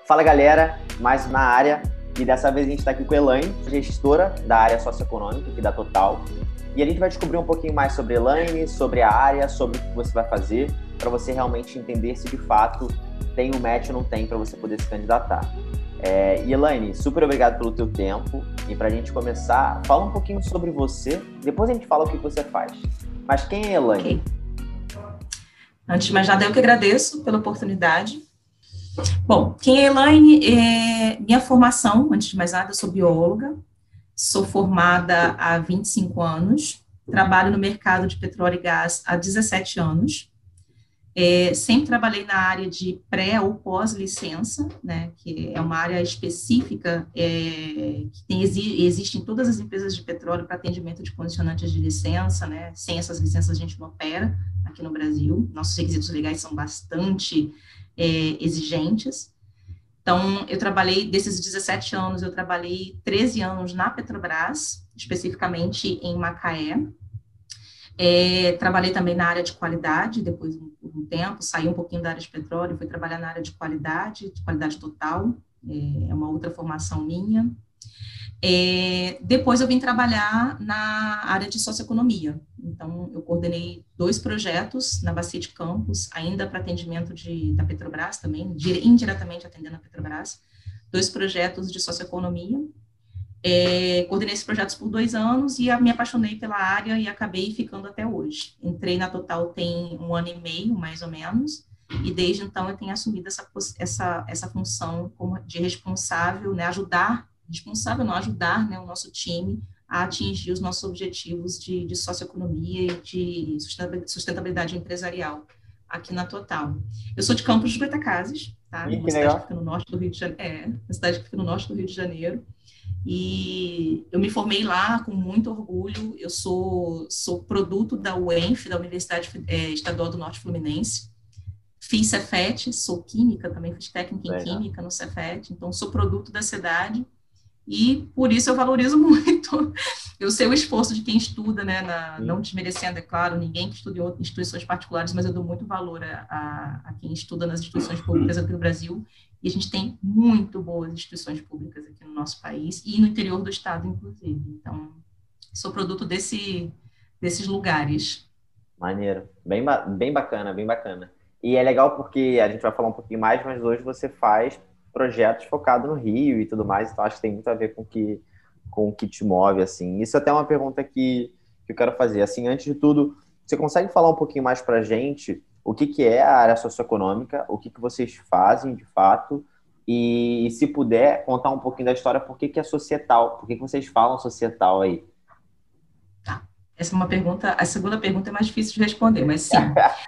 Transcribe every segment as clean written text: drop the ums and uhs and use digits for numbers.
Fala galera, mais na área, e dessa vez a gente está aqui com a Elaine, gestora da área socioeconômica aqui da Total, e a gente vai descobrir um pouquinho mais sobre a Elaine, sobre a área, sobre o que você vai fazer, para você realmente entender se de fato tem um match ou não tem para você poder se candidatar. E Elaine, super obrigado pelo teu tempo, e para a gente começar, fala um pouquinho sobre você, depois a gente fala o que você faz. Mas quem é a Elaine? Okay. Antes de mais nada, eu que agradeço pela oportunidade. Bom, quem é a Elaine? Minha formação, antes de mais nada, eu sou bióloga, sou formada há 25 anos, trabalho no mercado de petróleo e gás há 17 anos, sempre trabalhei na área de pré ou pós-licença, né, que é uma área específica que existe em todas as empresas de petróleo para atendimento de condicionantes de licença, né, sem essas licenças a gente não opera aqui no Brasil, nossos requisitos legais são bastante exigentes. Então, eu trabalhei, desses 17 anos, eu trabalhei 13 anos na Petrobras, especificamente em Macaé. Trabalhei também na área de qualidade, depois de um tempo, saí um pouquinho da área de petróleo, fui trabalhar na área de qualidade total, é uma outra formação minha. Depois eu vim trabalhar na área de socioeconomia, então eu coordenei 2 projetos na Bacia de Campos, ainda para atendimento da Petrobras também, indiretamente atendendo a Petrobras, 2 projetos de socioeconomia. Coordenei esses projetos por 2 anos e me apaixonei pela área e acabei ficando até hoje. Entrei na Total tem 1 ano e meio, mais ou menos, e desde então eu tenho assumido essa função de responsável, né, ajudar né, o nosso time a atingir os nossos objetivos de socioeconomia e de sustentabilidade empresarial aqui na Total. Eu sou de Campos dos Goytacazes, tá? Uma cidade que fica no norte do Rio de Janeiro. Uma cidade que fica no norte do Rio de Janeiro. E eu me formei lá com muito orgulho. Eu sou produto da UENF, da Universidade Estadual do Norte Fluminense. Fiz Cefet, sou química, também fiz técnica em química no Cefet, então sou produto da cidade e por isso eu valorizo muito eu sei o esforço de quem estuda, né, não desmerecendo, é claro, ninguém que estuda em instituições particulares, mas eu dou muito valor a quem estuda nas instituições públicas aqui no Brasil, e a gente tem muito boas instituições públicas aqui no nosso país e no interior do estado, inclusive. Então, sou produto desses lugares. Maneiro, bem bacana, bem bacana. E é legal porque a gente vai falar um pouquinho mais, mas hoje você faz projetos focados no Rio e tudo mais, então acho que tem muito a ver com o que te move, assim. Isso é até uma pergunta que eu quero fazer. Assim, antes de tudo, você consegue falar um pouquinho mais pra gente o que é a área socioeconômica, o que vocês fazem, de fato, e se puder, contar um pouquinho da história, por que é societal, por que vocês falam societal aí? Essa é uma pergunta, a segunda pergunta é mais difícil de responder, mas sim.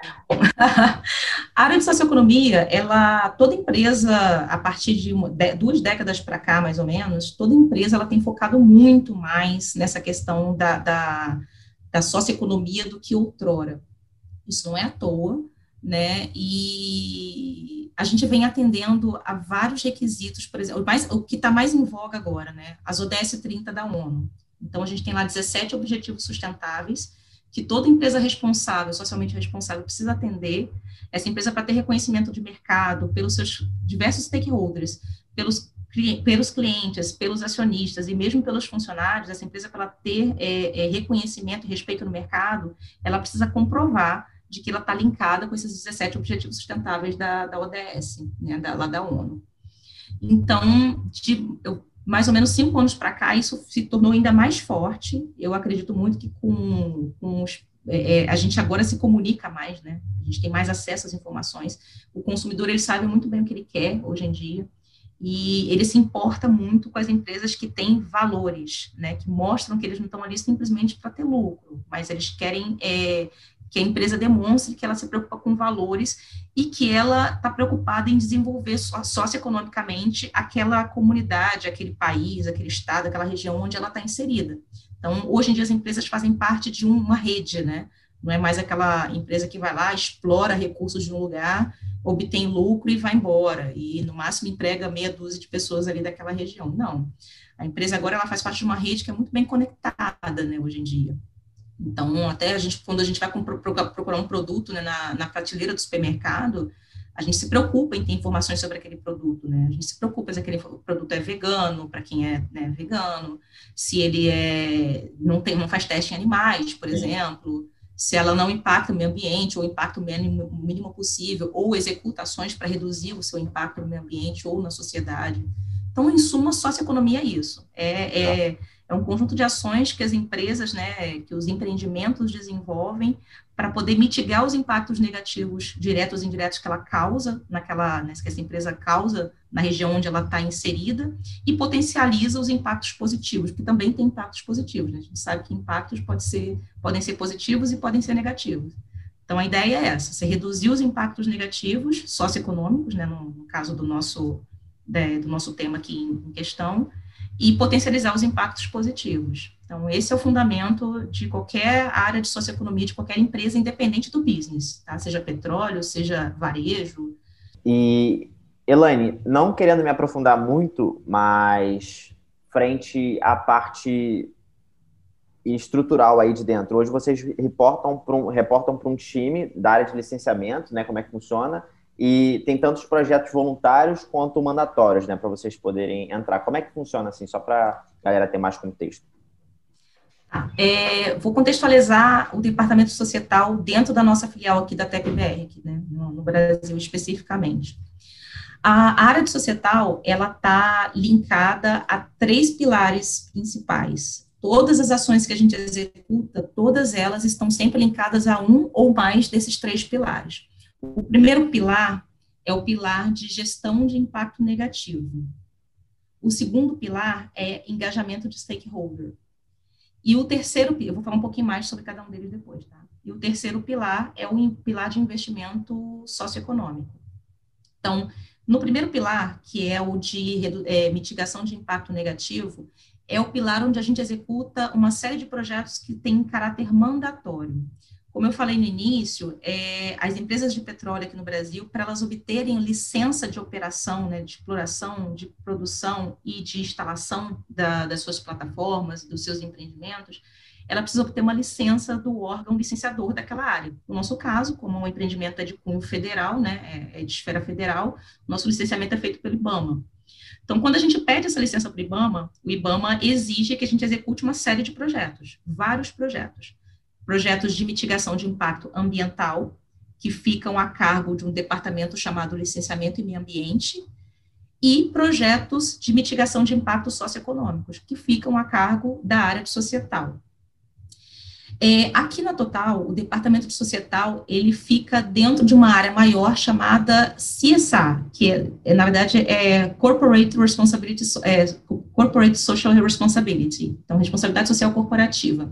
A área de socioeconomia, toda empresa, a partir de 2 décadas para cá, mais ou menos, toda empresa ela tem focado muito mais nessa questão da socioeconomia do que outrora. Isso não é à toa, né? E a gente vem atendendo a vários requisitos, por exemplo, o que está mais em voga agora, né? As ODS 30 da ONU. Então, a gente tem lá 17 objetivos sustentáveis que toda empresa responsável, socialmente responsável, precisa atender. Essa empresa, para ter reconhecimento de mercado, pelos seus diversos stakeholders, pelos clientes, pelos acionistas e mesmo pelos funcionários, essa empresa, para ela ter reconhecimento e respeito no mercado, ela precisa comprovar de que ela está linkada com esses 17 objetivos sustentáveis da ODS, né, lá da ONU. Então, mais ou menos 5 anos para cá, isso se tornou ainda mais forte. Eu acredito muito que a gente agora se comunica mais, né? A gente tem mais acesso às informações. O consumidor, ele sabe muito bem o que ele quer hoje em dia, e ele se importa muito com as empresas que têm valores, né? Que mostram que eles não estão ali simplesmente para ter lucro, mas eles querem que a empresa demonstre que ela se preocupa com valores e que ela está preocupada em desenvolver socioeconomicamente aquela comunidade, aquele país, aquele estado, aquela região onde ela está inserida. Então, hoje em dia, as empresas fazem parte de uma rede, né? Não é mais aquela empresa que vai lá, explora recursos de um lugar, obtém lucro e vai embora, e no máximo emprega meia dúzia de pessoas ali daquela região. Não. A empresa agora ela faz parte de uma rede que é muito bem conectada, né, hoje em dia. Então, até quando a gente vai procurar um produto, né, na prateleira do supermercado, A gente se preocupa em ter informações sobre aquele produto, né? A gente se preocupa se aquele produto é vegano, para quem é, né, vegano, se ele não faz teste em animais, por exemplo, se ela não impacta o meio ambiente, ou impacta o mínimo possível, ou executa ações para reduzir o seu impacto no meio ambiente ou na sociedade. Então, em suma, socioeconomia é isso. É um conjunto de ações que as empresas, né, que os empreendimentos desenvolvem para poder mitigar os impactos negativos, diretos e indiretos, que ela causa né, que essa empresa causa na região onde ela está inserida, e potencializa os impactos positivos, que também tem impactos positivos, né? A gente sabe que impactos podem ser positivos e podem ser negativos. Então, a ideia é essa, você reduzir os impactos negativos, socioeconômicos, né, no caso do nosso tema aqui em questão, e potencializar os impactos positivos. Então, esse é o fundamento de qualquer área de socioeconomia, de qualquer empresa, independente do business, tá? Seja petróleo, seja varejo. E, Elaine, não querendo me aprofundar muito, mas frente à parte estrutural aí de dentro, hoje vocês reportam para um time da área de licenciamento, né? Como é que funciona? E tem tantos projetos voluntários quanto mandatórios, né, para vocês poderem entrar. Como é que funciona assim, só para a galera ter mais contexto? Vou contextualizar o departamento societal dentro da nossa filial aqui da TecBR, aqui, né, no Brasil especificamente. A área de societal, ela está linkada a 3 pilares principais. Todas as ações que a gente executa, todas elas estão sempre linkadas a um ou mais desses 3 pilares. O primeiro pilar é o pilar de gestão de impacto negativo. O segundo pilar é engajamento de stakeholder. E o terceiro, eu vou falar um pouquinho mais sobre cada um deles depois, tá? E o terceiro pilar é o pilar de investimento socioeconômico. Então, no primeiro pilar, que é o de mitigação de impacto negativo, é o pilar onde a gente executa uma série de projetos que têm caráter mandatório. Como eu falei no início, as empresas de petróleo aqui no Brasil, para elas obterem licença de operação, né, de exploração, de produção e de instalação das suas plataformas, dos seus empreendimentos, ela precisa obter uma licença do órgão licenciador daquela área. No nosso caso, como o empreendimento é de cunho federal, né, é de esfera federal, nosso licenciamento é feito pelo IBAMA. Então, quando a gente pede essa licença para o IBAMA exige que a gente execute uma série de projetos, vários projetos. Projetos de mitigação de impacto ambiental, que ficam a cargo de um departamento chamado Licenciamento e Meio Ambiente, e projetos de mitigação de impactos socioeconômicos, que ficam a cargo da área de societal. Aqui na Total, o departamento de societal, ele fica dentro de uma área maior chamada CSR, que na verdade é Corporate Responsibility, Corporate Social Responsibility, então responsabilidade social corporativa.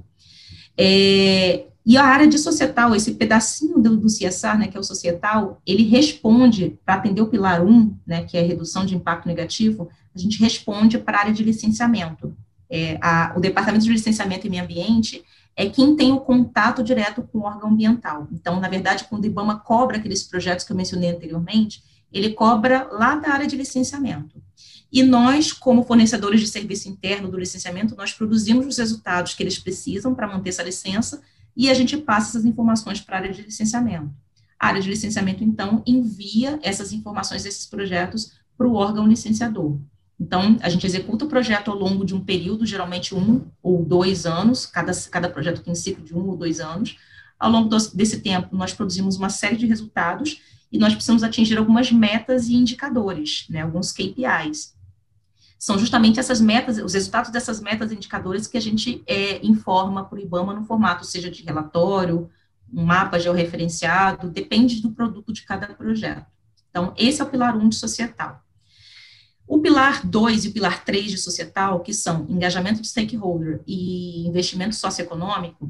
E a área de societal, esse pedacinho do CSR, né, que é o societal, ele responde, para atender o pilar 1, né, que é a redução de impacto negativo, a gente responde para a área de licenciamento. O departamento de licenciamento e meio ambiente é quem tem o contato direto com o órgão ambiental. Então, na verdade, quando o IBAMA cobra aqueles projetos que eu mencionei anteriormente, ele cobra lá da área de licenciamento. E nós, como fornecedores de serviço interno do licenciamento, nós produzimos os resultados que eles precisam para manter essa licença e a gente passa essas informações para a área de licenciamento. A área de licenciamento, então, envia essas informações desses projetos para o órgão licenciador. Então, a gente executa o projeto ao longo de um período, geralmente 1 ou 2 anos, cada projeto tem um ciclo de 1 ou 2 anos. Ao longo desse tempo, nós produzimos uma série de resultados e nós precisamos atingir algumas metas e indicadores, né, alguns KPIs. São justamente essas metas, os resultados dessas metas e indicadores que a gente informa para o IBAMA no formato, seja de relatório, um mapa georreferenciado, depende do produto de cada projeto. Então, esse é o pilar 1 de societal. O pilar 2 e o pilar 3 de societal, que são engajamento de stakeholder e investimento socioeconômico,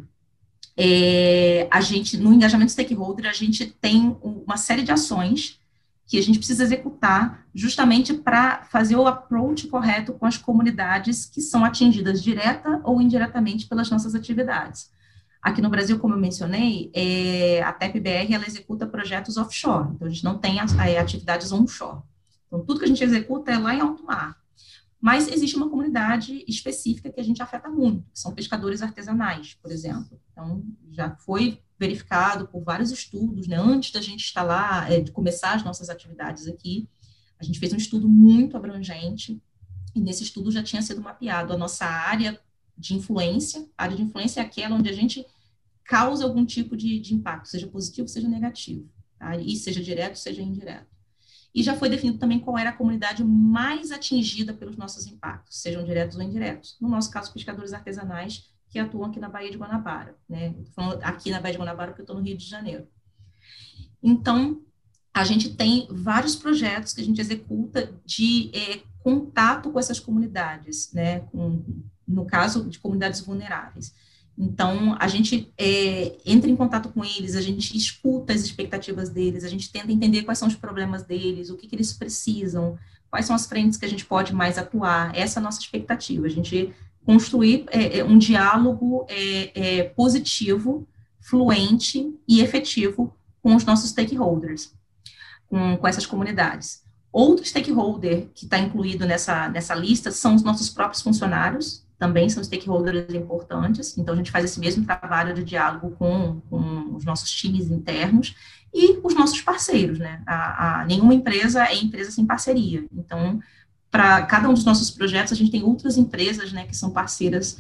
no engajamento de stakeholder, a gente tem uma série de ações que a gente precisa executar justamente para fazer o approach correto com as comunidades que são atingidas direta ou indiretamente pelas nossas atividades. Aqui no Brasil, como eu mencionei, a TecBR, ela executa projetos offshore, então a gente não tem atividades onshore. Então, tudo que a gente executa é lá em alto mar. Mas existe uma comunidade específica que a gente afeta muito, que são pescadores artesanais, por exemplo. Então, já foi verificado por vários estudos, né, antes da gente instalar, de começar as nossas atividades aqui, a gente fez um estudo muito abrangente, e nesse estudo já tinha sido mapeado a nossa área de influência. A área de influência é aquela onde a gente causa algum tipo de impacto, seja positivo, seja negativo, tá? E seja direto, seja indireto. E já foi definido também qual era a comunidade mais atingida pelos nossos impactos, sejam diretos ou indiretos. No nosso caso, pescadores artesanais que atuam aqui na Baía de Guanabara, né? Estou falando aqui na Baía de Guanabara porque eu estou no Rio de Janeiro. Então, a gente tem vários projetos que a gente executa de contato com essas comunidades, né? No caso de comunidades vulneráveis. Então, a gente entra em contato com eles, a gente escuta as expectativas deles, a gente tenta entender quais são os problemas deles, o que eles precisam, quais são as frentes que a gente pode mais atuar. Essa é a nossa expectativa, a gente construir um diálogo positivo, fluente e efetivo com os nossos stakeholders, com essas comunidades. Outro stakeholder que está incluído nessa lista são os nossos próprios funcionários, também são stakeholders importantes, então a gente faz esse mesmo trabalho de diálogo com os nossos times internos e os nossos parceiros, né? Nenhuma empresa é empresa sem parceria, então, para cada um dos nossos projetos, a gente tem outras empresas, né, que são parceiras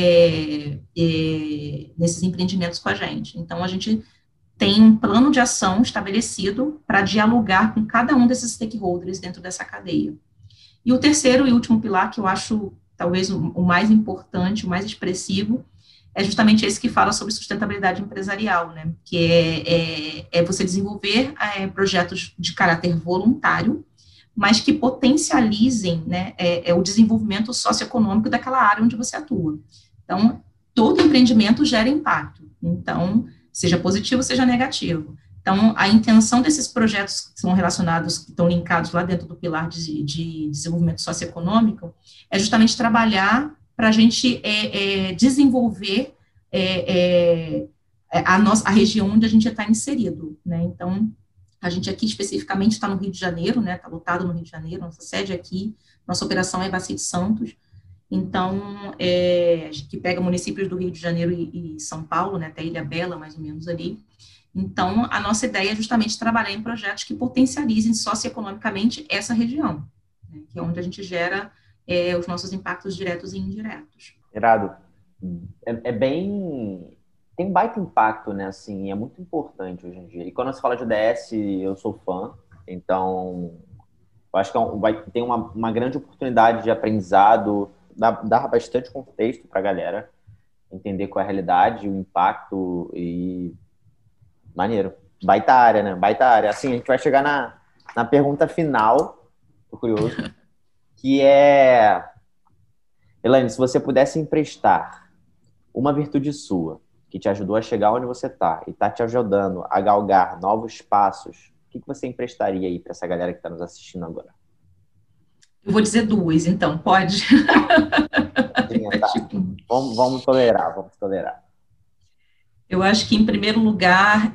nesses empreendimentos com a gente, então a gente tem um plano de ação estabelecido para dialogar com cada um desses stakeholders dentro dessa cadeia. E o terceiro e último pilar, que eu acho talvez o mais importante, o mais expressivo, é justamente esse que fala sobre sustentabilidade empresarial, né? Que é você desenvolver projetos de caráter voluntário, mas que potencializem, né, o desenvolvimento socioeconômico daquela área onde você atua. Então, todo empreendimento gera impacto. Então, seja positivo, seja negativo. Então, a intenção desses projetos que são relacionados, que estão linkados lá dentro do pilar de desenvolvimento socioeconômico, é justamente trabalhar para a gente desenvolver a região onde a gente está inserido, né? Então, a gente aqui especificamente está no Rio de Janeiro, né? Está lotado no Rio de Janeiro, nossa sede aqui, nossa operação é Bacia de Santos. Então, a gente pega municípios do Rio de Janeiro e São Paulo, né, até Ilhabela, mais ou menos ali. Então, a nossa ideia é justamente trabalhar em projetos que potencializem socioeconomicamente essa região, né, que é onde a gente gera os nossos impactos diretos e indiretos. Irado. Tem um baita impacto, né, assim, é muito importante hoje em dia. E quando se fala de ODS, eu sou fã, então, eu acho que tem uma grande oportunidade de aprendizado, dar bastante contexto para a galera, entender qual é a realidade, o impacto e... Maneiro. Baita área, né? Baita área. Assim, a gente vai chegar na pergunta final, tô curioso, que é... Elaine, se você pudesse emprestar uma virtude sua, que te ajudou a chegar onde você está e está te ajudando a galgar novos passos, o que você emprestaria aí para essa galera que está nos assistindo agora? Eu vou dizer duas, então, pode? Sim, tá. Vamos tolerar. Eu acho que, em primeiro lugar,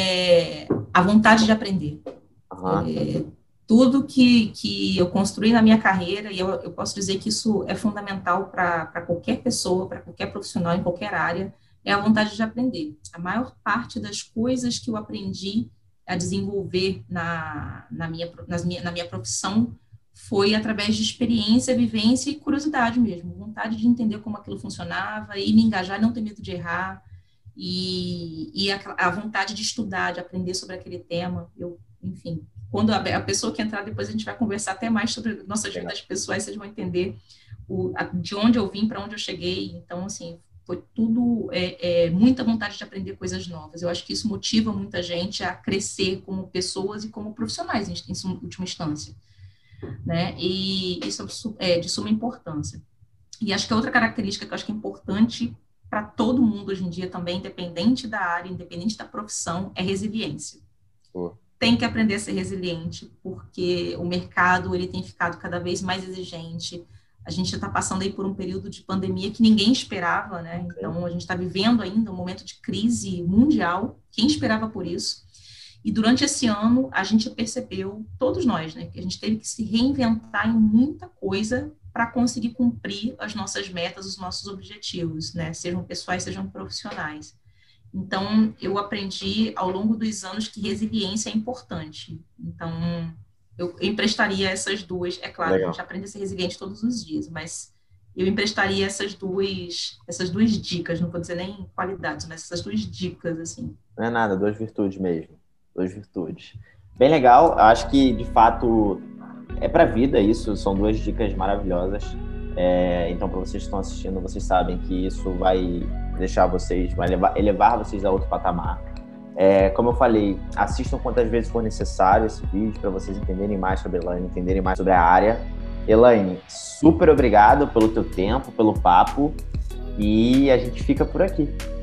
a vontade de aprender. Uhum. Tudo que eu construí na minha carreira, e eu posso dizer que isso é fundamental para qualquer pessoa, para qualquer profissional, em qualquer área, é a vontade de aprender. A maior parte das coisas que eu aprendi a desenvolver na minha profissão foi através de experiência, vivência e curiosidade mesmo, vontade de entender como aquilo funcionava e me engajar, não ter medo de errar, e a vontade de estudar, de aprender sobre aquele tema. Enfim, quando a pessoa que entrar depois, a gente vai conversar até mais sobre nossas vidas pessoais, vocês vão entender de onde eu vim, para onde eu cheguei. Então, assim, foi tudo muita vontade de aprender coisas novas. Eu acho que isso motiva muita gente a crescer como pessoas e como profissionais, em última instância, né? E isso é de suma importância. E acho que outra característica que eu acho que é importante para todo mundo hoje em dia também, independente da área, independente da profissão, é resiliência. Tem que aprender a ser resiliente, porque o mercado ele tem ficado cada vez mais exigente. A gente está passando aí por um período de pandemia que ninguém esperava, né? Então, a gente está vivendo ainda um momento de crise mundial. Quem esperava por isso? E durante esse ano, a gente percebeu, todos nós, né, que a gente teve que se reinventar em muita coisa para conseguir cumprir as nossas metas, os nossos objetivos, né? Sejam pessoais, sejam profissionais. Então, eu aprendi ao longo dos anos que resiliência é importante. Então, eu emprestaria essas duas. É claro, Legal. a gente aprende a ser resiliente todos os dias, mas eu emprestaria essas duas dicas, não vou dizer nem qualidades, mas essas duas dicas, assim. Não é nada, 2 virtudes mesmo. 2 virtudes. Bem legal. Acho que, de fato, é para a vida isso. São 2 dicas maravilhosas. Então, para vocês que estão assistindo, vocês sabem que isso vai deixar vocês, vai elevar vocês a outro patamar. Como eu falei, assistam quantas vezes for necessário esse vídeo para vocês entenderem mais sobre a Elaine, entenderem mais sobre a área. Elaine, super obrigado pelo teu tempo, pelo papo, e a gente fica por aqui.